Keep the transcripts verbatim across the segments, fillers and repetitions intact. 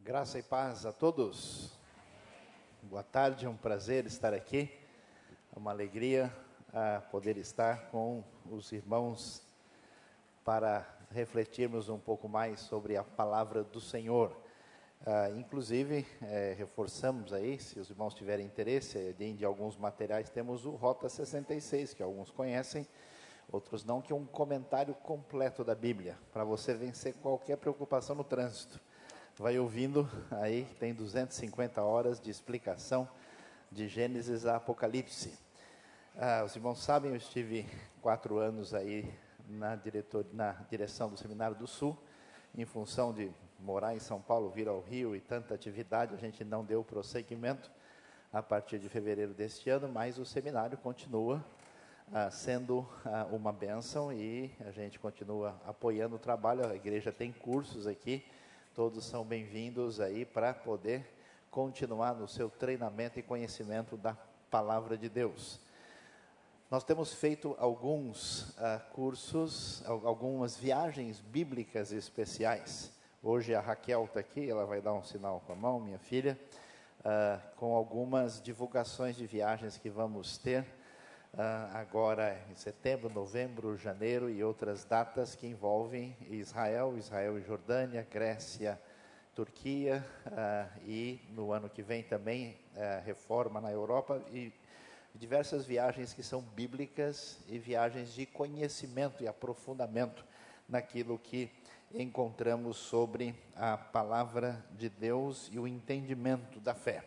Graça e paz a todos. Boa tarde, é um prazer estar aqui. É uma alegria a poder estar com os irmãos para refletirmos um pouco mais sobre a palavra do Senhor. Ah, inclusive, eh, reforçamos aí, se os irmãos tiverem interesse, de, de alguns materiais, temos o Rota sessenta e seis, que alguns conhecem, outros não, que é um comentário completo da Bíblia, para você vencer qualquer preocupação no trânsito. Vai ouvindo, aí tem duzentas e cinquenta horas de explicação de Gênesis a Apocalipse. Ah, os irmãos sabem, eu estive quatro anos aí na, diretor, na direção do Seminário do Sul, em função de morar em São Paulo, vir ao Rio e tanta atividade, a gente não deu prosseguimento a partir de fevereiro deste ano, mas o seminário continua ah, sendo ah, uma bênção e a gente continua apoiando o trabalho. A igreja tem cursos aqui, todos são bem-vindos aí para poder continuar no seu treinamento e conhecimento da palavra de Deus. Nós temos feito alguns uh, cursos, algumas viagens bíblicas especiais. Hoje a Raquel está aqui, ela vai dar um sinal com a mão, minha filha, uh, com algumas divulgações de viagens que vamos ter uh, agora em setembro, novembro, janeiro e outras datas que envolvem Israel, Israel e Jordânia, Grécia, Turquia uh, e no ano que vem também uh, reforma na Europa e diversas viagens que são bíblicas e viagens de conhecimento e aprofundamento naquilo que encontramos sobre a palavra de Deus e o entendimento da fé.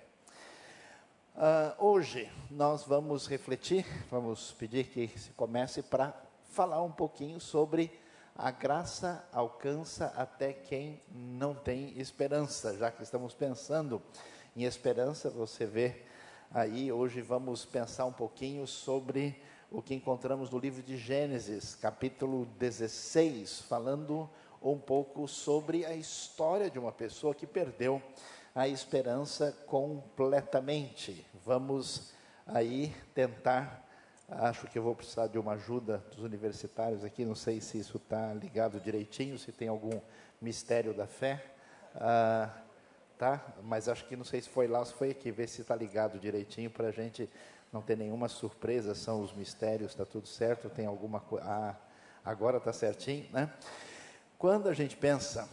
Uh, hoje nós vamos refletir, vamos pedir que se comece para falar um pouquinho sobre a graça alcança até quem não tem esperança. Já que estamos pensando em esperança, você vê aí, hoje vamos pensar um pouquinho sobre o que encontramos no livro de Gênesis, capítulo dezesseis, falando um pouco sobre a história de uma pessoa que perdeu a esperança completamente. Vamos aí tentar, acho que eu vou precisar de uma ajuda dos universitários aqui, não sei se isso está ligado direitinho, se tem algum mistério da fé, ah, tá? Mas acho que não sei se foi lá ou se foi aqui, ver se está ligado direitinho para a gente não ter nenhuma surpresa, são os mistérios, está tudo certo, tem alguma coisa, ah, agora está certinho, né? Quando a gente pensa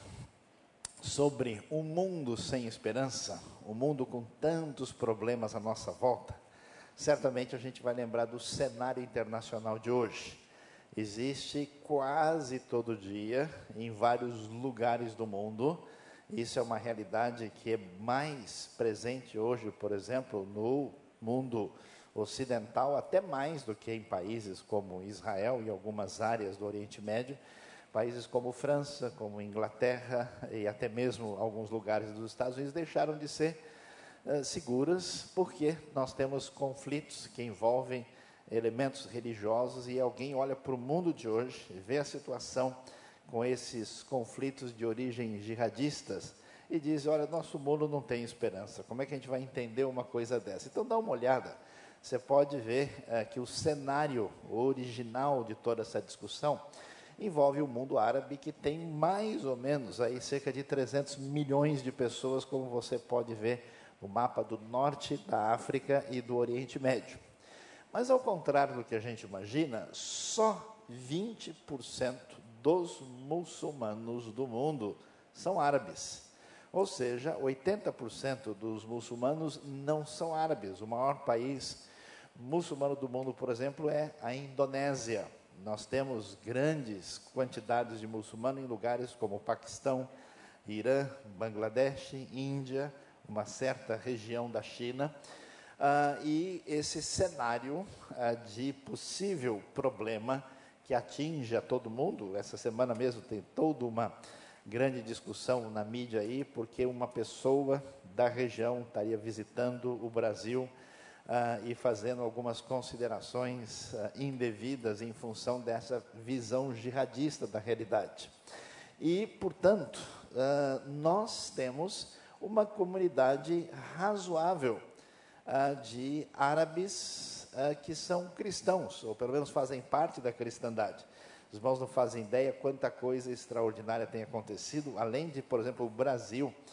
sobre um mundo sem esperança, um mundo com tantos problemas à nossa volta, certamente a gente vai lembrar do cenário internacional de hoje. Existe quase todo dia, em vários lugares do mundo. Isso é uma realidade que é mais presente hoje, por exemplo, no mundo ocidental, até mais do que em países como Israel e algumas áreas do Oriente Médio. Países como França, como Inglaterra e até mesmo alguns lugares dos Estados Unidos deixaram de ser uh, seguras porque nós temos conflitos que envolvem elementos religiosos e alguém olha para o mundo de hoje e vê a situação com esses conflitos de origem jihadistas e diz, olha, nosso mundo não tem esperança, como é que a gente vai entender uma coisa dessa? Então dá uma olhada, você pode ver uh, que o cenário original de toda essa discussão envolve o mundo árabe, que tem mais ou menos aí cerca de trezentos milhões de pessoas, como você pode ver no mapa do norte da África e do Oriente Médio. Mas ao contrário do que a gente imagina, só vinte por cento dos muçulmanos do mundo são árabes. Ou seja, oitenta por cento dos muçulmanos não são árabes. O maior país muçulmano do mundo, por exemplo, é a Indonésia. Nós temos grandes quantidades de muçulmanos em lugares como o Paquistão, Irã, Bangladesh, Índia, uma certa região da China. Ah, e esse cenário ah, de possível problema que atinge a todo mundo, essa semana mesmo tem toda uma grande discussão na mídia aí, porque uma pessoa da região estaria visitando o Brasil Uh, e fazendo algumas considerações uh, indevidas em função dessa visão jihadista da realidade. E, portanto, uh, nós temos uma comunidade razoável uh, de árabes uh, que são cristãos, ou pelo menos fazem parte da cristandade. Os irmãos não fazem ideia quanta coisa extraordinária tem acontecido, além de, por exemplo, o Brasil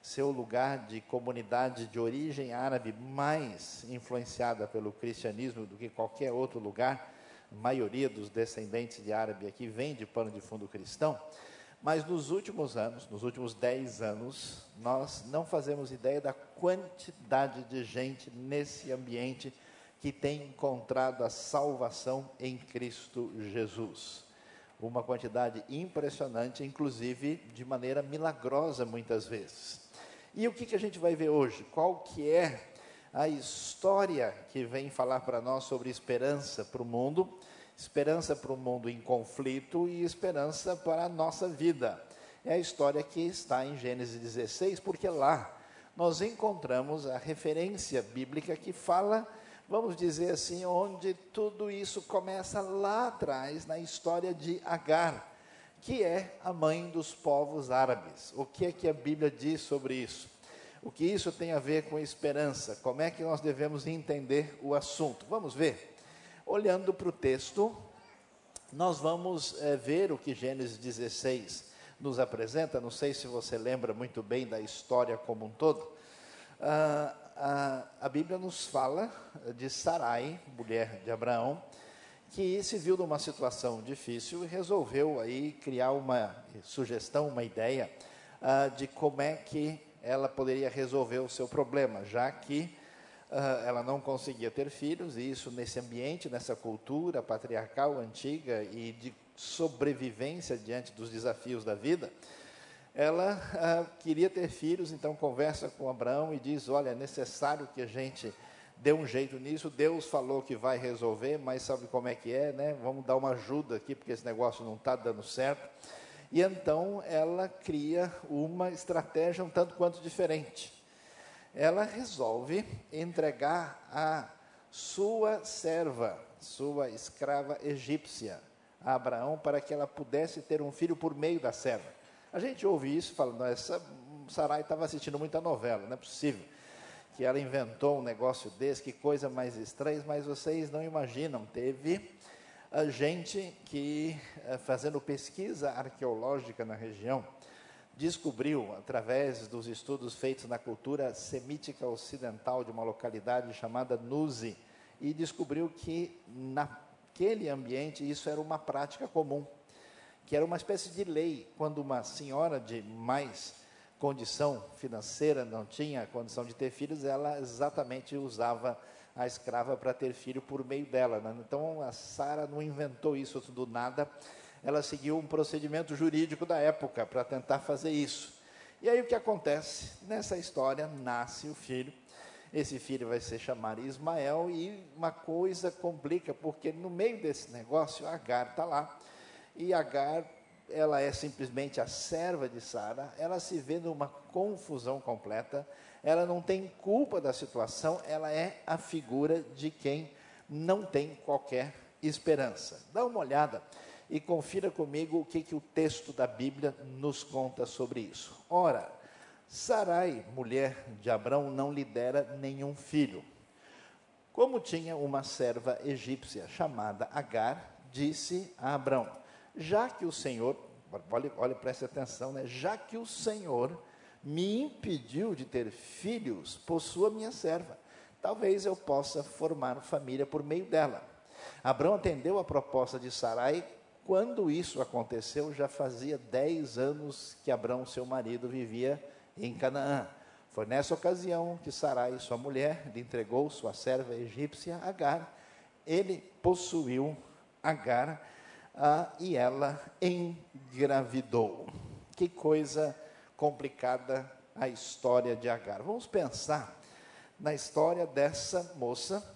ser o lugar de comunidade de origem árabe mais influenciada pelo cristianismo do que qualquer outro lugar. A maioria dos descendentes de árabe aqui vem de pano de fundo cristão. Mas nos últimos anos, nos últimos dez anos, nós não fazemos ideia da quantidade de gente nesse ambiente que tem encontrado a salvação em Cristo Jesus. Uma quantidade impressionante, inclusive de maneira milagrosa muitas vezes. E o que, que a gente vai ver hoje? Qual que é a história que vem falar para nós sobre esperança para o mundo? Esperança para um mundo em conflito e esperança para a nossa vida. É a história que está em Gênesis dezesseis, porque lá nós encontramos a referência bíblica que fala, vamos dizer assim, onde tudo isso começa lá atrás, na história de Agar, que é a mãe dos povos árabes. O que é que a Bíblia diz sobre isso? O que isso tem a ver com esperança? Como é que nós devemos entender o assunto? Vamos ver. Olhando para o texto, nós vamos é, ver o que Gênesis dezesseis nos apresenta. Não sei se você lembra muito bem da história como um todo. Ah, a, a Bíblia nos fala de Sarai, mulher de Abraão, que se viu numa situação difícil e resolveu aí criar uma sugestão, uma ideia ah, de como é que ela poderia resolver o seu problema, já que Uh, ela não conseguia ter filhos, e isso nesse ambiente, nessa cultura patriarcal antiga e de sobrevivência diante dos desafios da vida, ela uh, queria ter filhos. Então conversa com Abraão e diz, olha, é necessário que a gente dê um jeito nisso, Deus falou que vai resolver, mas sabe como é que é, né? Vamos dar uma ajuda aqui, porque esse negócio não está dando certo. E então ela cria uma estratégia um tanto quanto diferente. Ela resolve entregar a sua serva, sua escrava egípcia, a Abraão, para que ela pudesse ter um filho por meio da serva. A gente ouve isso e fala, não, essa Sarai estava assistindo muita novela, não é possível que ela inventou um negócio desse, que coisa mais estranha, mas vocês não imaginam, teve a gente que, fazendo pesquisa arqueológica na região, descobriu, através dos estudos feitos na cultura semítica ocidental de uma localidade chamada Nuzi, e descobriu que naquele ambiente isso era uma prática comum, que era uma espécie de lei. Quando uma senhora de mais condição financeira não tinha condição de ter filhos, ela exatamente usava a escrava para ter filho por meio dela, né? Então a Sara não inventou isso do nada. Ela seguiu um procedimento jurídico da época para tentar fazer isso. E aí o que acontece? Nessa história nasce o filho. Esse filho vai se chamar Ismael, e uma coisa complica, porque no meio desse negócio, Agar está lá. E Agar, ela é simplesmente a serva de Sara, ela se vê numa confusão completa, ela não tem culpa da situação, ela é a figura de quem não tem qualquer esperança. Dá uma olhada e confira comigo o que, que o texto da Bíblia nos conta sobre isso. Ora, Sarai, mulher de Abrão, não lhe dera nenhum filho. Como tinha uma serva egípcia chamada Agar, disse a Abrão, já que o Senhor, olha, olha, preste atenção, né? Já que o Senhor me impediu de ter filhos, possua minha serva, talvez eu possa formar família por meio dela. Abrão atendeu a proposta de Sarai. Quando isso aconteceu, já fazia dez anos que Abrão, seu marido, vivia em Canaã. Foi nessa ocasião que Sarai, sua mulher, lhe entregou sua serva egípcia Agar. Ele possuiu Agar ah, e ela engravidou. Que coisa complicada a história de Agar. Vamos pensar na história dessa moça,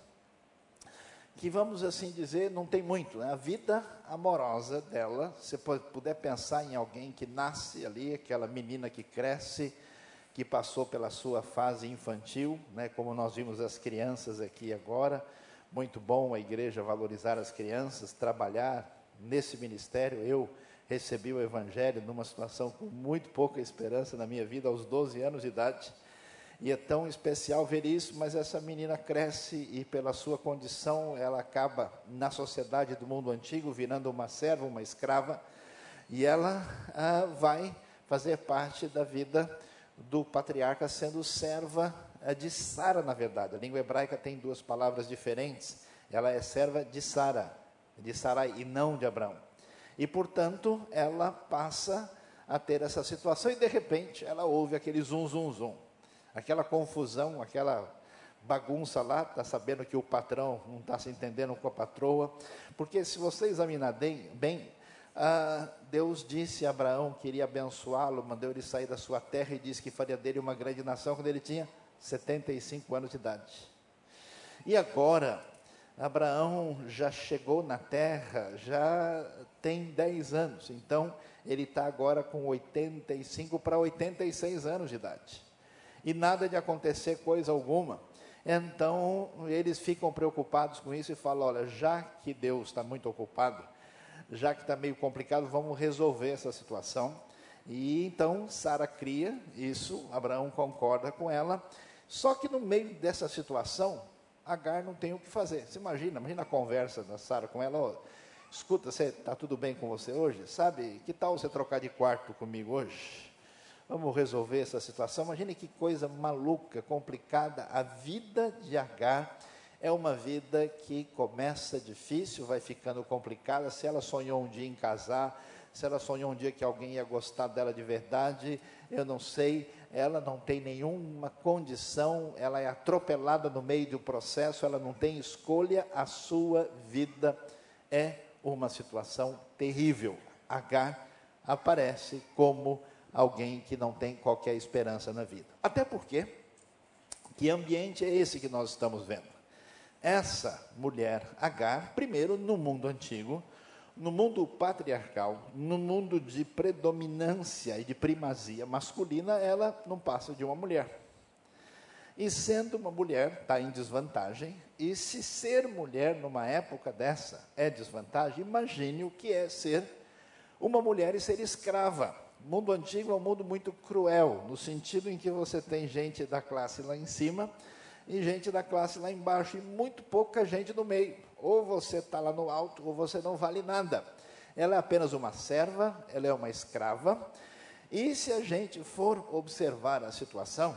que, vamos assim dizer, não tem muito, né? A vida amorosa dela, se puder pensar em alguém que nasce ali, aquela menina que cresce, que passou pela sua fase infantil, né? Como nós vimos as crianças aqui agora, muito bom a igreja valorizar as crianças, trabalhar nesse ministério. Eu recebi o evangelho numa situação com muito pouca esperança na minha vida, aos doze anos de idade, e é tão especial ver isso. Mas essa menina cresce e, pela sua condição, ela acaba na sociedade do mundo antigo virando uma serva, uma escrava, e ela ah, vai fazer parte da vida do patriarca sendo serva de Sara, na verdade. A língua hebraica tem duas palavras diferentes. Ela é serva de Sara, de Sarai, e não de Abraão. E, portanto, ela passa a ter essa situação, e de repente ela ouve aquele zum, zum, zum. Aquela confusão, aquela bagunça lá, está sabendo que o patrão não está se entendendo com a patroa. Porque se você examinar bem, bem ah, Deus disse a Abraão que iria abençoá-lo, mandou ele sair da sua terra e disse que faria dele uma grande nação quando ele tinha setenta e cinco anos de idade. E agora, Abraão já chegou na terra, já tem dez anos, então ele está agora com oitenta e cinco para oitenta e seis anos de idade. E nada de acontecer coisa alguma. Então, eles ficam preocupados com isso e falam, olha, já que Deus está muito ocupado, já que está meio complicado, vamos resolver essa situação. E então, Sara cria isso, Abraão concorda com ela, só que no meio dessa situação, Agar não tem o que fazer. Você imagina, imagina a conversa da Sara com ela, oh, escuta, está tudo bem com você hoje? Sabe, que tal você trocar de quarto comigo hoje? Vamos resolver essa situação. Imagine que coisa maluca, complicada. A vida de Agar é uma vida que começa difícil, vai ficando complicada. Se ela sonhou um dia em casar, se ela sonhou um dia que alguém ia gostar dela de verdade, eu não sei. Ela não tem nenhuma condição, ela é atropelada no meio do processo, ela não tem escolha, a sua vida é uma situação terrível. Agar aparece como alguém que não tem qualquer esperança na vida. Até porque, que ambiente é esse que nós estamos vendo? Essa mulher, Agar, primeiro, no mundo antigo, no mundo patriarcal, no mundo de predominância e de primazia masculina, ela não passa de uma mulher. E sendo uma mulher, está em desvantagem, e se ser mulher numa época dessa é desvantagem, imagine o que é ser uma mulher e ser escrava. O mundo antigo é um mundo muito cruel, no sentido em que você tem gente da classe lá em cima e gente da classe lá embaixo, e muito pouca gente no meio. Ou você está lá no alto, ou você não vale nada. Ela é apenas uma serva, ela é uma escrava, e se a gente for observar a situação,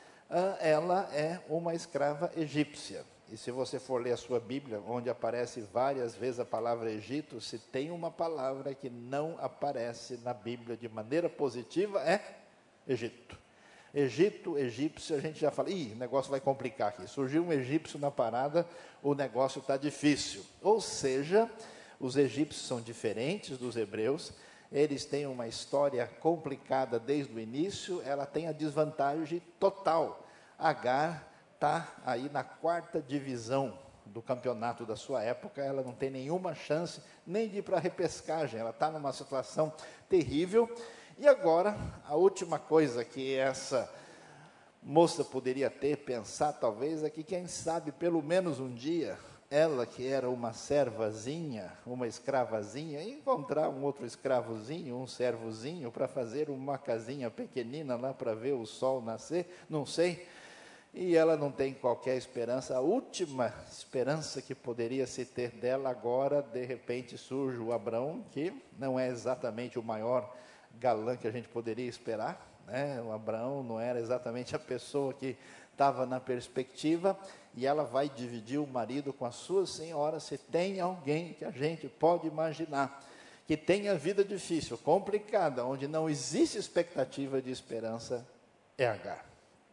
ela é uma escrava egípcia. E se você for ler a sua Bíblia, onde aparece várias vezes a palavra Egito, se tem uma palavra que não aparece na Bíblia de maneira positiva, é Egito. Egito, egípcio, a gente já fala, ih, o negócio vai complicar aqui. Surgiu um egípcio na parada, o negócio está difícil. Ou seja, os egípcios são diferentes dos hebreus, eles têm uma história complicada desde o início, ela tem a desvantagem total. Agar está aí na quarta divisão do campeonato da sua época, ela não tem nenhuma chance nem de ir para a repescagem, ela está numa situação terrível. E agora, a última coisa que essa moça poderia ter, pensar talvez, é que quem sabe, pelo menos um dia, ela que era uma servazinha, uma escravazinha, encontrar um outro escravozinho, um servozinho, para fazer uma casinha pequenina lá para ver o sol nascer, não sei. E ela não tem qualquer esperança. A última esperança que poderia se ter dela agora, de repente surge o Abraão, que não é exatamente o maior galã que a gente poderia esperar, né? O Abraão não era exatamente a pessoa que estava na perspectiva, e ela vai dividir o marido com a sua senhora. Se tem alguém que a gente pode imaginar que tenha vida difícil, complicada, onde não existe expectativa de esperança, é Agar.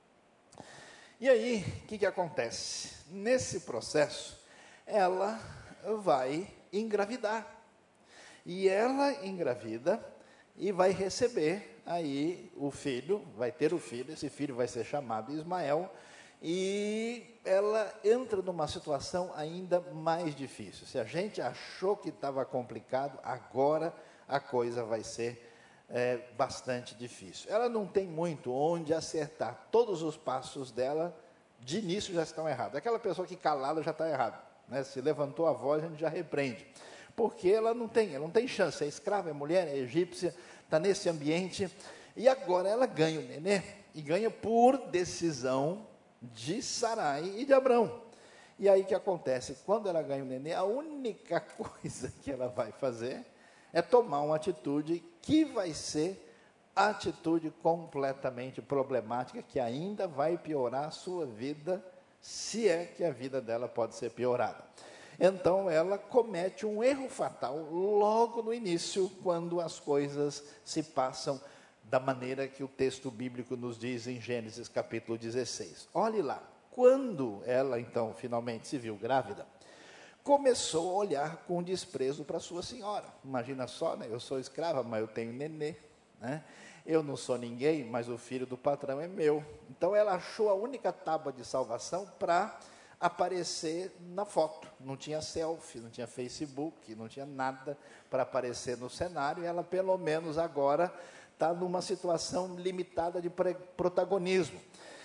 E aí, o que, que acontece? Nesse processo, ela vai engravidar, e ela engravida, e vai receber aí o filho, vai ter o filho, esse filho vai ser chamado Ismael, e ela entra numa situação ainda mais difícil. Se a gente achou que estava complicado, agora a coisa vai ser é, bastante difícil. Ela não tem muito onde acertar, todos os passos dela, de início, já estão errados. Aquela pessoa que calada já está errada, né? Se levantou a voz, a gente já repreende. Porque ela não tem, ela não tem chance, é escrava, é mulher, é egípcia, está nesse ambiente, e agora ela ganha o nenê, e ganha por decisão de Sarai e de Abrão. E aí o que acontece? Quando ela ganha o nenê, a única coisa que ela vai fazer é tomar uma atitude que vai ser atitude completamente problemática que ainda vai piorar a sua vida, se é que a vida dela pode ser piorada. Então ela comete um erro fatal logo no início, quando as coisas se passam da maneira que o texto bíblico nos diz em Gênesis capítulo dezesseis. Olhe lá, quando ela então finalmente se viu grávida, começou a olhar com desprezo para sua senhora. Imagina só, né? Eu sou escrava, mas eu tenho nenê, né? Eu não sou ninguém, mas o filho do patrão é meu. Então ela achou a única tábua de salvação para aparecer na foto. Não tinha selfie, não tinha Facebook, não tinha nada para aparecer no cenário, e ela pelo menos agora está numa situação limitada de protagonismo.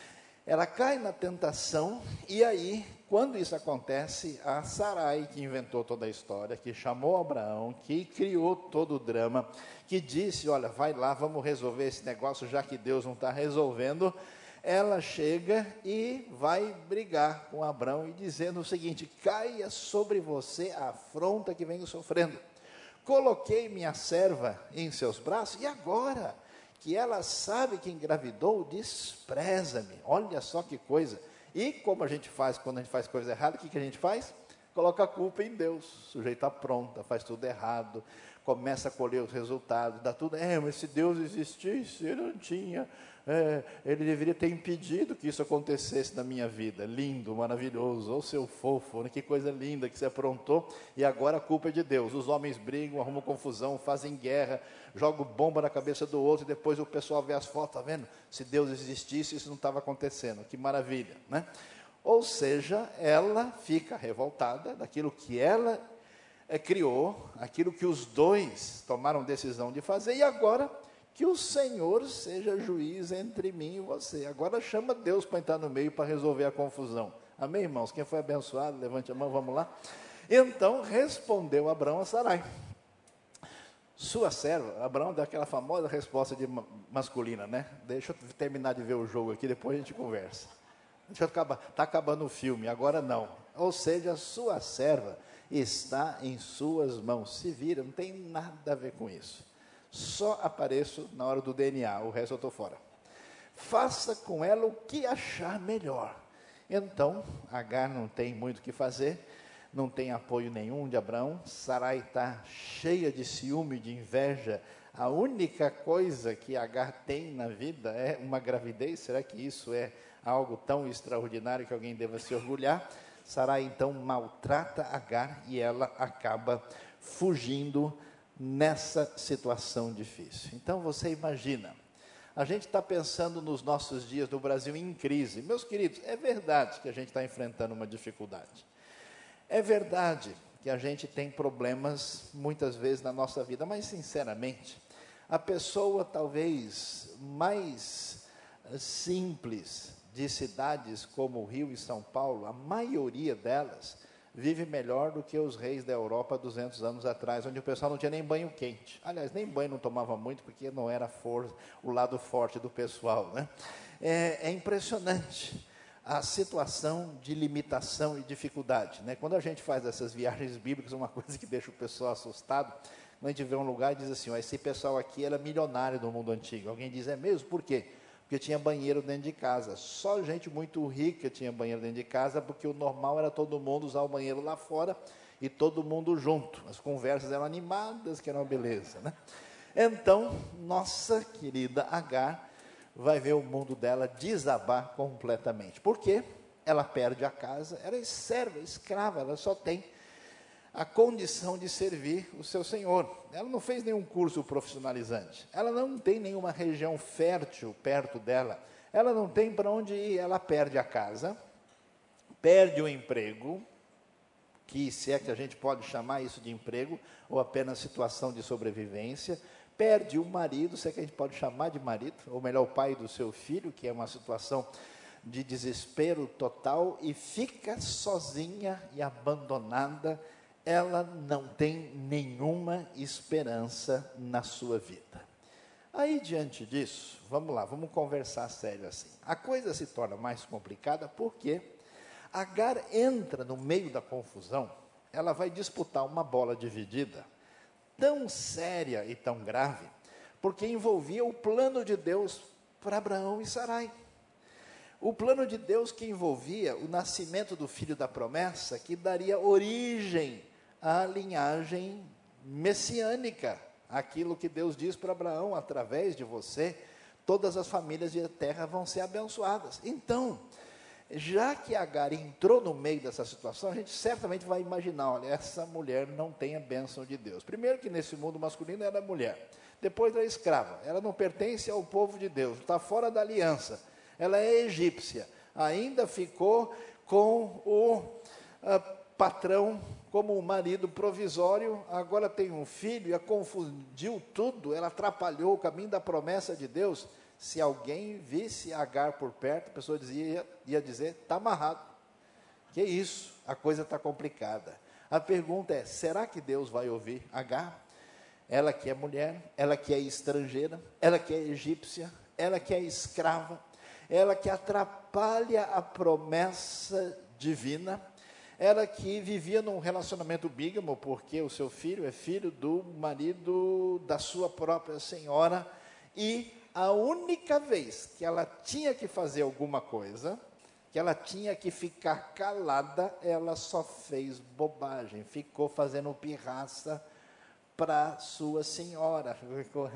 Ela cai na tentação, e aí, quando isso acontece, a Sarai, que inventou toda a história, que chamou Abraão, que criou todo o drama, que disse, olha, vai lá, vamos resolver esse negócio, já que Deus não está resolvendo, ela chega e vai brigar com Abraão, e dizendo o seguinte: caia sobre você a afronta que venho sofrendo. Coloquei minha serva em seus braços, e agora que ela sabe que engravidou, despreza-me. Olha só que coisa. E como a gente faz quando a gente faz coisa errada, o que, que a gente faz? Coloca a culpa em Deus. O sujeito está pronto, faz tudo errado, começa a colher os resultados, dá tudo. É, mas se Deus existisse, ele não tinha. É, ele deveria ter impedido que isso acontecesse na minha vida. Lindo, maravilhoso, ô seu fofo, né? Que coisa linda que você aprontou, e agora a culpa é de Deus. Os homens brigam, arrumam confusão, fazem guerra, jogam bomba na cabeça do outro, e depois o pessoal vê as fotos, está vendo? Se Deus existisse, isso não estava acontecendo, que maravilha, né? Ou seja, ela fica revoltada daquilo que ela é, criou, aquilo que os dois tomaram decisão de fazer, e agora que o Senhor seja juiz entre mim e você. Agora chama Deus para entrar no meio para resolver a confusão. Amém, irmãos? Quem foi abençoado, levante a mão, vamos lá. Então respondeu Abraão a Sarai, sua serva. Abraão deu aquela famosa resposta de masculina, né? Deixa eu terminar de ver o jogo aqui, depois a gente conversa. Deixa eu acabar, está acabando o filme, agora não. Ou seja, sua serva está em suas mãos. Se vira, não tem nada a ver com isso. Só apareço na hora do D N A, o resto eu estou fora. Faça com ela o que achar melhor. Então, Agar não tem muito o que fazer, não tem apoio nenhum de Abraão. Sarai está cheia de ciúme, de inveja. A única coisa que Agar tem na vida é uma gravidez. Será que isso é algo tão extraordinário que alguém deva se orgulhar? Sarai então maltrata Agar e ela acaba fugindo nessa situação difícil. Então você imagina, a gente está pensando nos nossos dias do Brasil em crise. Meus queridos, é verdade que a gente está enfrentando uma dificuldade. É verdade que a gente tem problemas muitas vezes na nossa vida, mas sinceramente, a pessoa talvez mais simples de cidades como o Rio e São Paulo, a maioria delas vive melhor do que os reis da Europa duzentos anos atrás, onde o pessoal não tinha nem banho quente. Aliás, nem banho não tomava muito, porque não era for, o lado forte do pessoal, né? É, é impressionante a situação de limitação e dificuldade, né? Quando a gente faz essas viagens bíblicas, uma coisa que deixa o pessoal assustado, quando a gente vê um lugar e diz assim, ó, esse pessoal aqui era milionário no mundo antigo. Alguém diz, é mesmo? Por quê? Porque tinha banheiro dentro de casa. Só gente muito rica tinha banheiro dentro de casa, porque o normal era todo mundo usar o banheiro lá fora e todo mundo junto. As conversas eram animadas, que era uma beleza, né? Então, nossa querida Agar vai ver o mundo dela desabar completamente. Por quê? Ela perde a casa, ela é serva, escrava, ela só tem a condição de servir o seu senhor. Ela não fez nenhum curso profissionalizante, ela não tem nenhuma região fértil perto dela, ela não tem para onde ir, ela perde a casa, perde o emprego, que se é que a gente pode chamar isso de emprego, ou apenas situação de sobrevivência, perde o marido, se é que a gente pode chamar de marido, ou melhor, o pai do seu filho, que é uma situação de desespero total, e fica sozinha e abandonada. Ela não tem nenhuma esperança na sua vida. Aí, diante disso, vamos lá, vamos conversar sério assim. A coisa se torna mais complicada porque Agar entra no meio da confusão, ela vai disputar uma bola dividida, tão séria e tão grave, porque envolvia o plano de Deus para Abraão e Sarai. O plano de Deus que envolvia o nascimento do filho da promessa, que daria origem à linhagem messiânica, aquilo que Deus diz para Abraão: através de você, todas as famílias da terra vão ser abençoadas. Então, já que Agar entrou no meio dessa situação, a gente certamente vai imaginar: olha, essa mulher não tem a bênção de Deus. Primeiro que nesse mundo masculino ela é mulher, depois ela é escrava, ela não pertence ao povo de Deus, está fora da aliança, ela é egípcia, ainda ficou com o uh, patrão como um marido provisório, agora tem um filho, e confundiu tudo, ela atrapalhou o caminho da promessa de Deus. Se alguém visse Agar por perto, a pessoa dizia, ia dizer: está amarrado. Que isso? A coisa está complicada. A pergunta é: será que Deus vai ouvir Agar? Ela que é mulher, ela que é estrangeira, ela que é egípcia, ela que é escrava, ela que atrapalha a promessa divina, ela que vivia num relacionamento bígamo, porque o seu filho é filho do marido da sua própria senhora, e a única vez que ela tinha que fazer alguma coisa, que ela tinha que ficar calada, ela só fez bobagem, ficou fazendo pirraça para sua senhora, ficou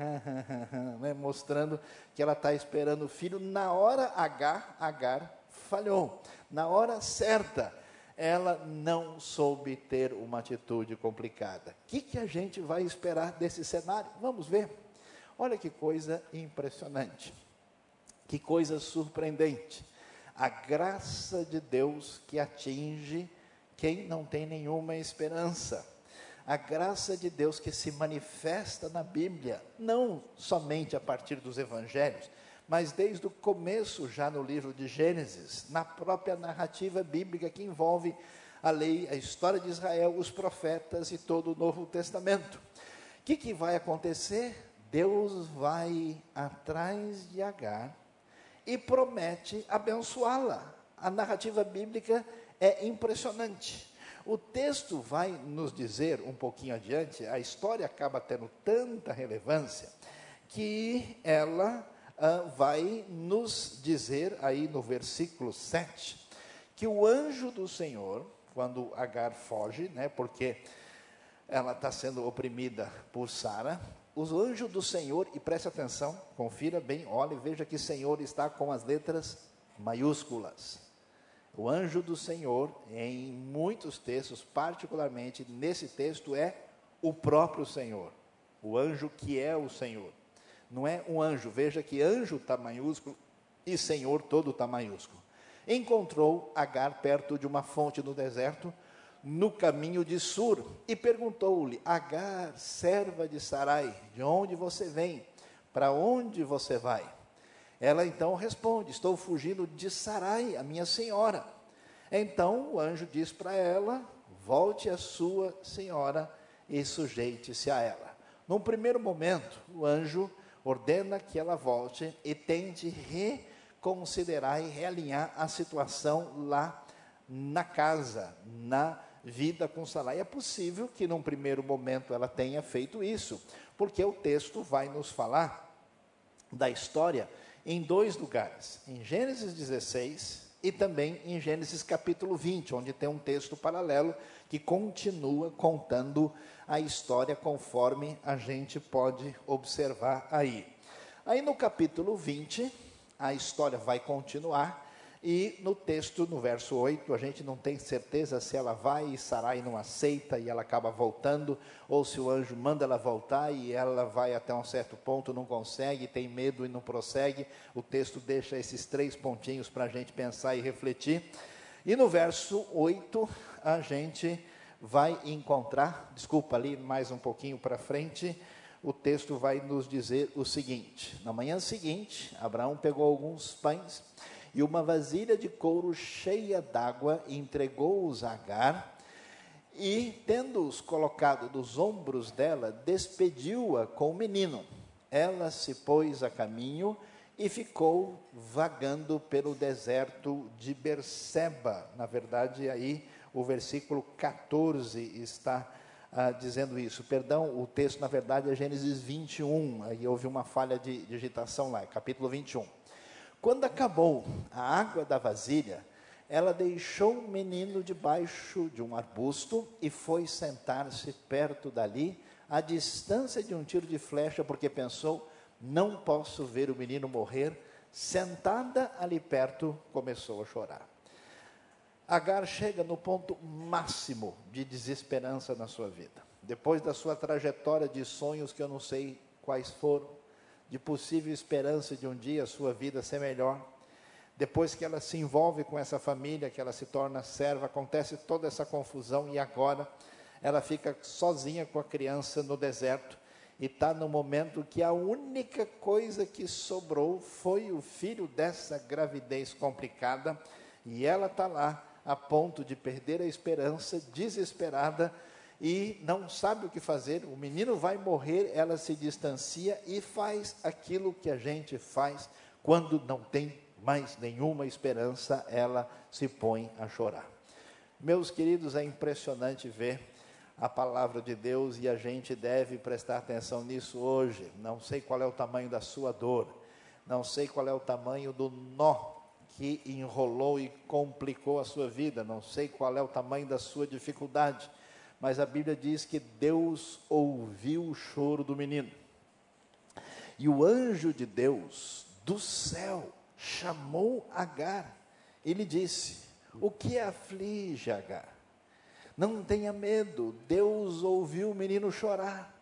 né, mostrando que ela está esperando o filho. Na hora Agar, Agar falhou, na hora certa, ela não soube ter uma atitude complicada. O que, que a gente vai esperar desse cenário? Vamos ver. Olha que coisa impressionante, que coisa surpreendente, a graça de Deus que atinge quem não tem nenhuma esperança, a graça de Deus que se manifesta na Bíblia, não somente a partir dos evangelhos, mas desde o começo já no livro de Gênesis, na própria narrativa bíblica que envolve a lei, a história de Israel, os profetas e todo o Novo Testamento. O que, que vai acontecer? Deus vai atrás de Agar e promete abençoá-la. A narrativa bíblica é impressionante. O texto vai nos dizer um pouquinho adiante, a história acaba tendo tanta relevância, que ela ah, vai nos dizer aí no versículo sete, que o anjo do Senhor, quando Agar foge, né, porque ela está sendo oprimida por Sara, o anjo do Senhor, e preste atenção, confira bem, olha e veja que Senhor está com as letras maiúsculas. O anjo do Senhor, em muitos textos, particularmente nesse texto, é o próprio Senhor. O anjo que é o Senhor. Não é um anjo, veja que anjo está maiúsculo e Senhor todo está maiúsculo. Encontrou Agar perto de uma fonte no deserto, no caminho de Sur, e perguntou-lhe: Agar, serva de Sarai, de onde você vem? Para onde você vai? Ela então responde: estou fugindo de Sarai, a minha senhora. Então o anjo diz para ela: volte a sua senhora e sujeite-se a ela. Num primeiro momento, o anjo ordena que ela volte e tente reconsiderar e realinhar a situação lá na casa, na vida com Sarai. É possível que num primeiro momento ela tenha feito isso, porque o texto vai nos falar da história em dois lugares, em Gênesis dezesseis e também em Gênesis capítulo vinte, onde tem um texto paralelo que continua contando a história conforme a gente pode observar aí. Aí no capítulo vinte, a história vai continuar, e no texto, no verso oito, a gente não tem certeza se ela vai e Sarai não aceita e ela acaba voltando, ou se o anjo manda ela voltar e ela vai até um certo ponto, não consegue, tem medo e não prossegue. O texto deixa esses três pontinhos para a gente pensar e refletir. E no verso oito, a gente vai encontrar, desculpa, ali mais um pouquinho para frente, o texto vai nos dizer o seguinte: na manhã seguinte, Abraão pegou alguns pães e uma vasilha de couro cheia d'água, entregou-os a Agar, e, tendo-os colocado nos ombros dela, despediu-a com o menino. Ela se pôs a caminho e ficou vagando pelo deserto de Berseba. Na verdade, aí o versículo catorze está ah, dizendo isso. Perdão, o texto na verdade é Gênesis vinte e um, aí houve uma falha de digitação lá, capítulo vinte e um. Quando acabou a água da vasilha, ela deixou o menino debaixo de um arbusto e foi sentar-se perto dali, à distância de um tiro de flecha, porque pensou, não posso ver o menino morrer. Sentada ali perto, começou a chorar. Agar chega no ponto máximo de desesperança na sua vida. Depois da sua trajetória de sonhos que eu não sei quais foram, de possível esperança de um dia a sua vida ser melhor, depois que ela se envolve com essa família, que ela se torna serva, acontece toda essa confusão e agora ela fica sozinha com a criança no deserto e está no momento que a única coisa que sobrou foi o filho dessa gravidez complicada e ela está lá a ponto de perder a esperança, desesperada, e não sabe o que fazer. O menino vai morrer, ela se distancia e faz aquilo que a gente faz quando não tem mais nenhuma esperança, ela se põe a chorar. Meus queridos, é impressionante ver a palavra de Deus e a gente deve prestar atenção nisso hoje. Não sei qual é o tamanho da sua dor, não sei qual é o tamanho do nó que enrolou e complicou a sua vida, não sei qual é o tamanho da sua dificuldade, mas a Bíblia diz que Deus ouviu o choro do menino. E o anjo de Deus, do céu, chamou Agar. Ele disse, o que aflige Agar? Não tenha medo, Deus ouviu o menino chorar.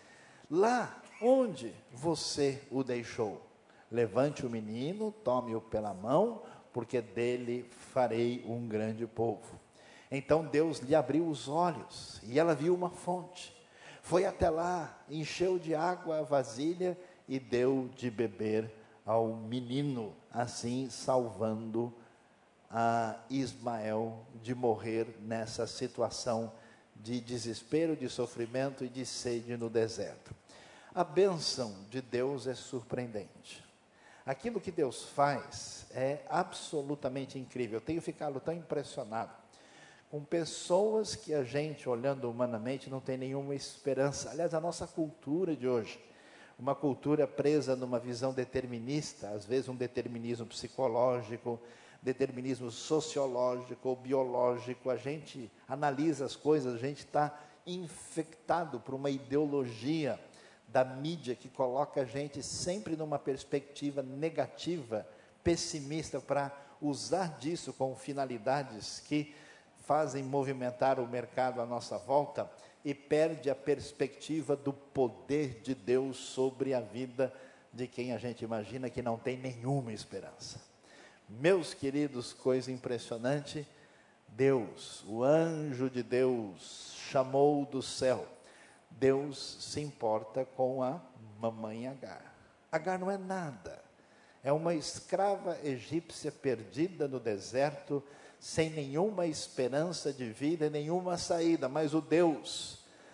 Lá onde você o deixou, levante o menino, tome-o pela mão, porque dele farei um grande povo. Então Deus lhe abriu os olhos e ela viu uma fonte. Foi até lá, encheu de água a vasilha e deu de beber ao menino, assim salvando a Ismael de morrer nessa situação de desespero, de sofrimento e de sede no deserto. A bênção de Deus é surpreendente. Aquilo que Deus faz é absolutamente incrível. Eu tenho ficado tão impressionado com pessoas que a gente, olhando humanamente, não tem nenhuma esperança. Aliás, a nossa cultura de hoje, uma cultura presa numa visão determinista, às vezes um determinismo psicológico, determinismo sociológico ou biológico, a gente analisa as coisas, a gente está infectado por uma ideologia da mídia que coloca a gente sempre numa perspectiva negativa, pessimista, para usar disso com finalidades que fazem movimentar o mercado à nossa volta e perde a perspectiva do poder de Deus sobre a vida de quem a gente imagina que não tem nenhuma esperança. Meus queridos, coisa impressionante, Deus, o anjo de Deus, chamou do céu. Deus se importa com a mamãe Agar. Agar não é nada, é uma escrava egípcia perdida no deserto, sem nenhuma esperança de vida e nenhuma saída, mas o Deus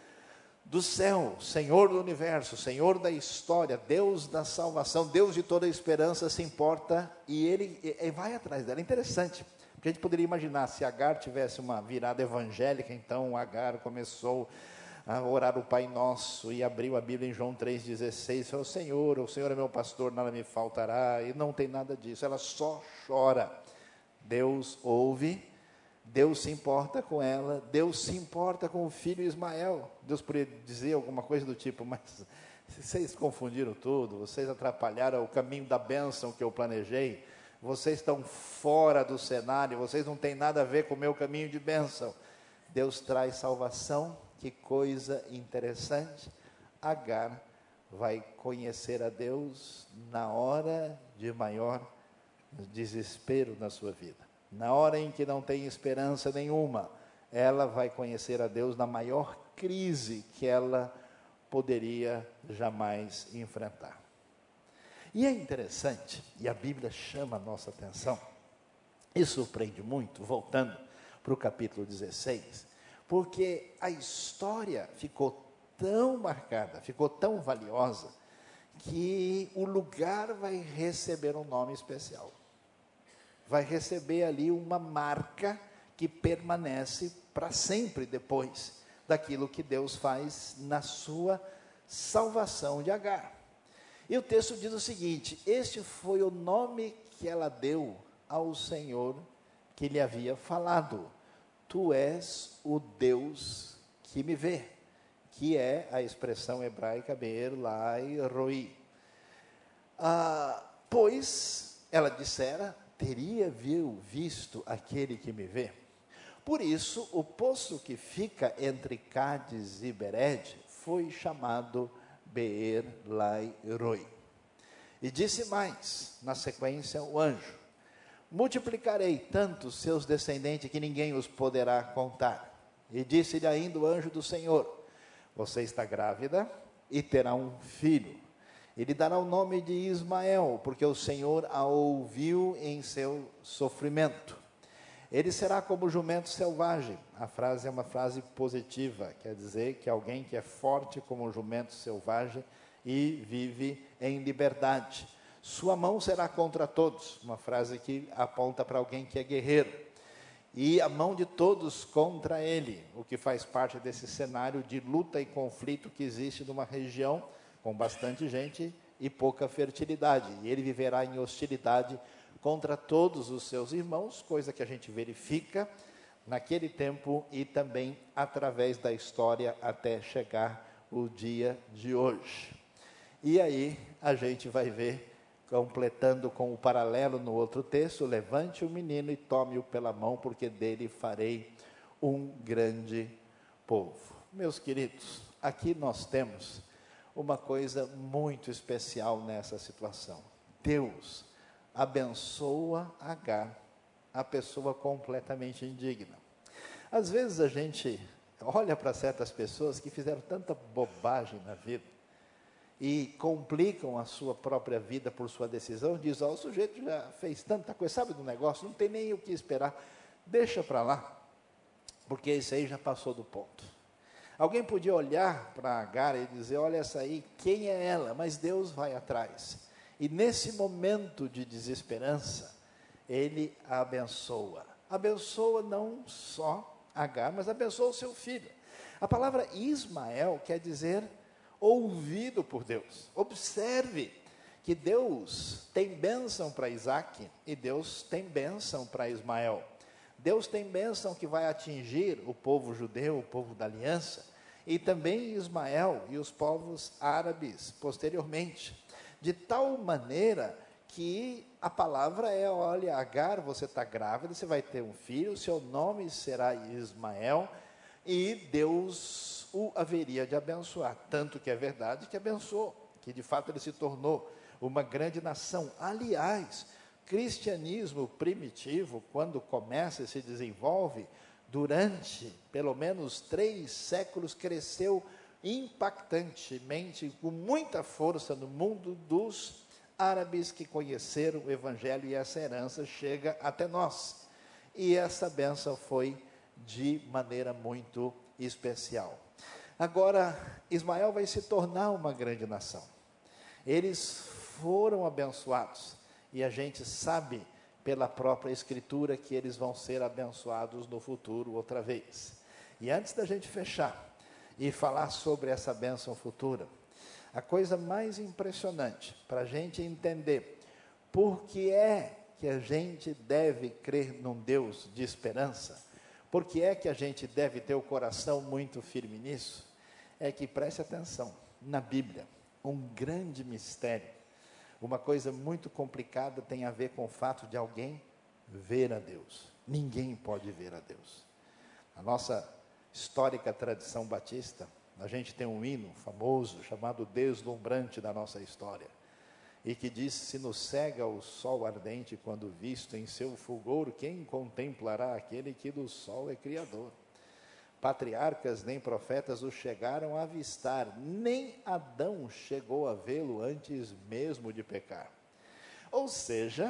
do céu, Senhor do universo, Senhor da história, Deus da salvação, Deus de toda a esperança, se importa e Ele e, e vai atrás dela. É interessante, porque a gente poderia imaginar, se Agar tivesse uma virada evangélica, então Agar começou a orar o Pai Nosso e abriu a Bíblia em João três dezesseis, falou, Senhor, o Senhor é meu pastor, nada me faltará, e não tem nada disso, ela só chora. Deus ouve, Deus se importa com ela, Deus se importa com o filho Ismael. Deus poderia dizer alguma coisa do tipo, mas vocês confundiram tudo, vocês atrapalharam o caminho da bênção que eu planejei, vocês estão fora do cenário, vocês não têm nada a ver com o meu caminho de bênção. Deus traz salvação, que coisa interessante. Agar vai conhecer a Deus na hora de maior desespero na sua vida, na hora em que não tem esperança nenhuma, ela vai conhecer a Deus na maior crise que ela poderia jamais enfrentar. E é interessante, e a Bíblia chama a nossa atenção, e surpreende muito, voltando para o capítulo dezesseis, porque a história ficou tão marcada, ficou tão valiosa, que o lugar vai receber um nome especial. Vai receber ali uma marca que permanece para sempre depois. daquilo que Deus faz na sua salvação de Agar. E o texto diz o seguinte: este foi o nome que ela deu ao Senhor que lhe havia falado: tu és o Deus que me vê, que é a expressão hebraica Be'er Lahai Roi. Ah, pois ela dissera: teria viu visto aquele que me vê. Por isso, o poço que fica entre Cádiz e Bered foi chamado Be'er Lahai Roi. E disse mais, na sequência, o anjo: multiplicarei tanto seus descendentes que ninguém os poderá contar. E disse-lhe ainda o anjo do Senhor: você está grávida e terá um filho. Ele dará o nome de Ismael, porque o Senhor a ouviu em seu sofrimento. Ele será como jumento selvagem. A frase é uma frase positiva, quer dizer que alguém que é forte como um jumento selvagem e vive em liberdade. Sua mão será contra todos, uma frase que aponta para alguém que é guerreiro. E a mão de todos contra ele, o que faz parte desse cenário de luta e conflito que existe numa região com bastante gente e pouca fertilidade. E ele viverá em hostilidade contra todos os seus irmãos, coisa que a gente verifica naquele tempo e também através da história até chegar o dia de hoje. E aí a gente vai ver, completando com o paralelo no outro texto: levante o menino e tome-o pela mão, porque dele farei um grande povo. Meus queridos, aqui nós temos uma coisa muito especial nessa situação. Deus abençoa Agar, a pessoa completamente indigna. Às vezes a gente olha para certas pessoas que fizeram tanta bobagem na vida e complicam a sua própria vida por sua decisão, diz: ó, o sujeito já fez tanta coisa, sabe do negócio, não tem nem o que esperar, deixa para lá, porque esse aí já passou do ponto. Alguém podia olhar para Agar e dizer: olha essa aí, quem é ela? Mas Deus vai atrás. E nesse momento de desesperança, Ele a abençoa. Abençoa não só Agar, mas abençoa o seu filho. A palavra Ismael quer dizer ouvido por Deus. Observe que Deus tem bênção para Isaac e Deus tem bênção para Ismael. Deus tem bênção que vai atingir o povo judeu, o povo da aliança, e também Ismael e os povos árabes posteriormente. De tal maneira que a palavra é: olha, Agar, você está grávida, você vai ter um filho, seu nome será Ismael, e Deus o haveria de abençoar. Tanto que é verdade que abençoou, que de fato ele se tornou uma grande nação. Aliás, cristianismo primitivo, quando começa e se desenvolve, durante pelo menos três séculos, cresceu impactantemente, com muita força no mundo dos árabes que conheceram o Evangelho, e essa herança chega até nós. E essa bênção foi de maneira muito especial. Agora, Ismael vai se tornar uma grande nação. Eles foram abençoados. E a gente sabe pela própria Escritura que eles vão ser abençoados no futuro outra vez. E antes da gente fechar e falar sobre essa bênção futura, a coisa mais impressionante para a gente entender por que é que a gente deve crer num Deus de esperança, por que é que a gente deve ter o coração muito firme nisso, é que, preste atenção, na Bíblia, um grande mistério, uma coisa muito complicada tem a ver com o fato de alguém ver a Deus. Ninguém pode ver a Deus. A nossa histórica tradição batista, a gente tem um hino famoso chamado Deslumbrante da nossa história, e que diz: se nos cega o sol ardente quando visto em seu fulgor, quem contemplará aquele que do sol é criador? Patriarcas nem profetas o chegaram a avistar, nem Adão chegou a vê-lo antes mesmo de pecar. Ou seja,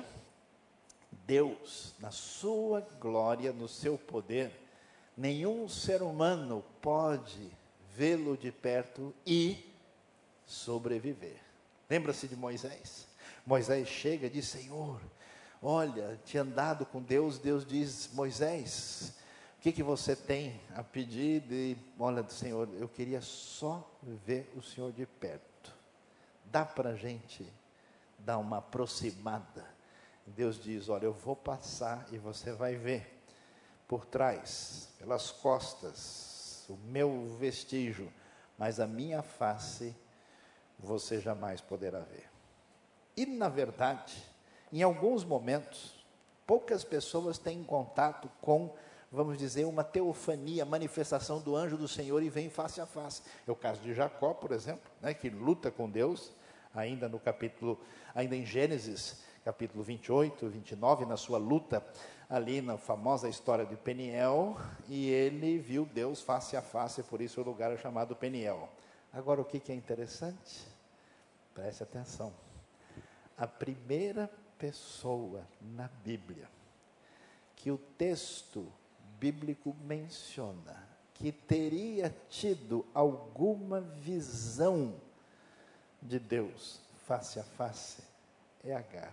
Deus, na sua glória, no seu poder, nenhum ser humano pode vê-lo de perto e sobreviver. Lembra-se de Moisés? Moisés chega e diz: Senhor, olha, tinha andado com Deus. Deus diz: Moisés, O que, que você tem a pedir? De, olha, Senhor, eu queria só ver o Senhor de perto. Dá para a gente dar uma aproximada. Deus diz, olha, eu vou passar e você vai ver por trás, pelas costas, o meu vestígio, mas a minha face você jamais poderá ver. E na verdade, em alguns momentos, poucas pessoas têm contato com, vamos dizer, uma teofania, manifestação do anjo do Senhor e vem face a face. É o caso de Jacó, por exemplo, né, que luta com Deus, ainda no capítulo, ainda em Gênesis, capítulo vinte e oito, vinte e nove, na sua luta ali na famosa história de Peniel, e ele viu Deus face a face, por isso o lugar é chamado Peniel. Agora, o que, que é interessante? Preste atenção. A primeira pessoa na Bíblia que o texto bíblico menciona que teria tido alguma visão de Deus face a face é Agar.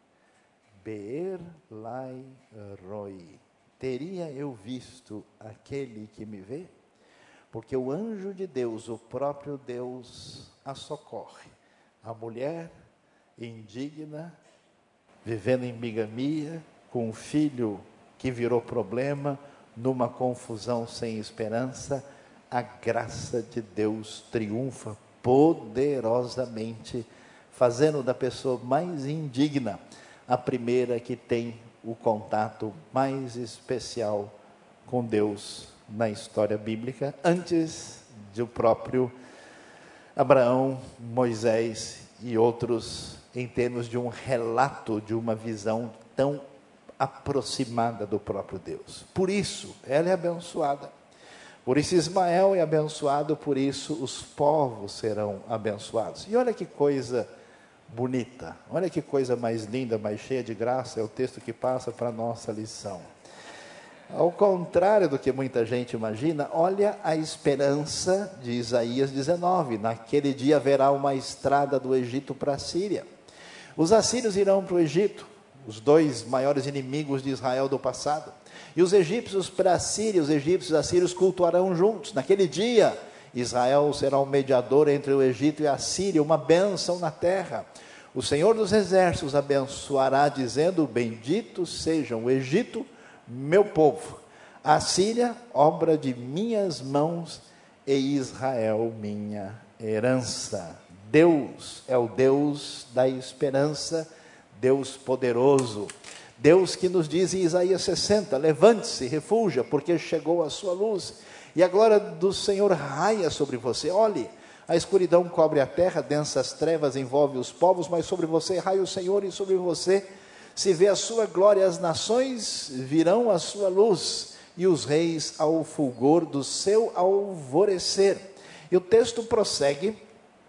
Beer lai roi. Teria eu visto aquele que me vê? Porque o anjo de Deus, o próprio Deus, a socorre. A mulher indigna, vivendo em bigamia, com um filho que virou problema, numa confusão sem esperança, a graça de Deus triunfa poderosamente, fazendo da pessoa mais indigna a primeira que tem o contato mais especial com Deus na história bíblica, antes do próprio Abraão, Moisés e outros, em termos de um relato, de uma visão tão aproximada do próprio Deus. Por isso, ela é abençoada. Por isso Ismael é abençoado, por isso os povos serão abençoados. E olha que coisa bonita, olha que coisa mais linda, mais cheia de graça, é o texto que passa para a nossa lição. Ao contrário do que muita gente imagina, olha a esperança de Isaías dezenove, naquele dia haverá uma estrada do Egito para a Síria. Os assírios irão para o Egito, os dois maiores inimigos de Israel do passado, e os egípcios para a Síria, os egípcios e os assírios cultuarão juntos. Naquele dia, Israel será um mediador entre o Egito e a Síria, uma bênção na terra. O Senhor dos Exércitos abençoará, dizendo, bendito sejam o Egito, meu povo, a Síria, obra de minhas mãos, e Israel, minha herança. Deus é o Deus da esperança, Deus poderoso, Deus que nos diz em Isaías sessenta, levante-se, refulja, porque chegou a sua luz, e a glória do Senhor raia sobre você. Olhe, a escuridão cobre a terra, densas trevas envolvem os povos, mas sobre você raia o Senhor, e sobre você se vê a sua glória. As nações virão à sua luz, e os reis ao fulgor do seu alvorecer. E o texto prossegue,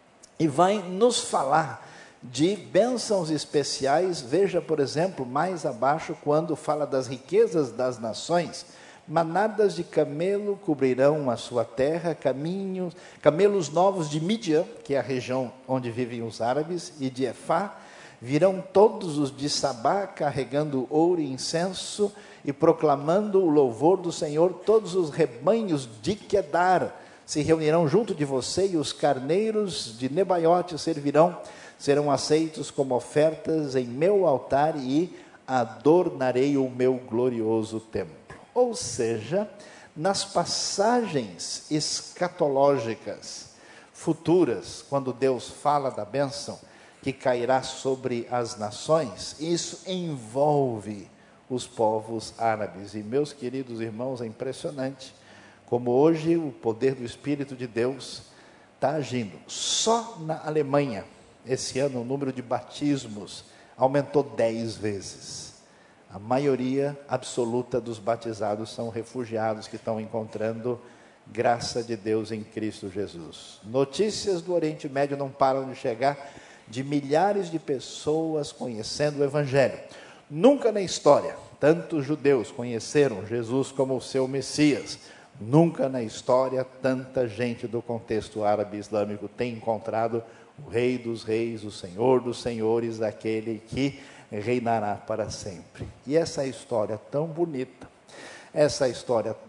e vai nos falar de bênçãos especiais. Veja, por exemplo, mais abaixo, quando fala das riquezas das nações, manadas de camelo cobrirão a sua terra, caminhos, camelos novos de Midian, que é a região onde vivem os árabes, e de Efá, virão todos os de Sabá, carregando ouro e incenso, e proclamando o louvor do Senhor. Todos os rebanhos de Quedar se reunirão junto de você, e os carneiros de Nebaiote servirão, serão aceitos como ofertas em meu altar, e adornarei o meu glorioso templo. Ou seja, nas passagens escatológicas futuras, quando Deus fala da bênção que cairá sobre as nações, isso envolve os povos árabes. E, meus queridos irmãos, é impressionante como hoje o poder do Espírito de Deus está agindo. Só na Alemanha, esse ano, o número de batismos aumentou dez vezes. A maioria absoluta dos batizados são refugiados que estão encontrando graça de Deus em Cristo Jesus. Notícias do Oriente Médio não param de chegar, de milhares de pessoas conhecendo o Evangelho. Nunca na história, tantos judeus conheceram Jesus como o seu Messias. Nunca na história, tanta gente do contexto árabe islâmico tem encontrado o Rei dos Reis, o Senhor dos Senhores, aquele que reinará para sempre. E essa história tão bonita, essa história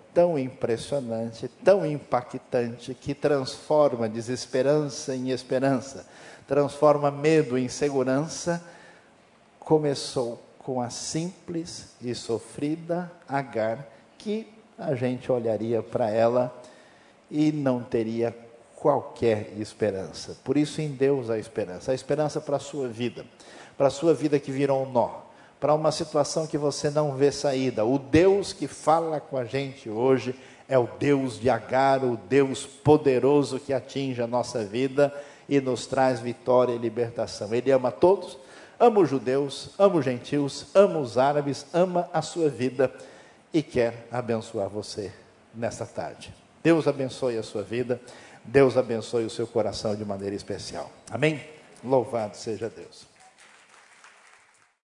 tão impressionante, tão impactante, que transforma desesperança em esperança, transforma medo em segurança, começou com a simples e sofrida Agar, que a gente olharia para ela e não teria qualquer esperança. Por isso, em Deus há esperança. A esperança para a sua vida, para a sua vida que virou um nó, para uma situação que você não vê saída. O Deus que fala com a gente hoje é o Deus de Agar, o Deus poderoso que atinge a nossa vida e nos traz vitória e libertação. Ele ama todos, ama os judeus, ama os gentios, ama os árabes, ama a sua vida e quer abençoar você nesta tarde. Deus abençoe a sua vida, Deus abençoe o seu coração de maneira especial. Amém? Louvado seja Deus.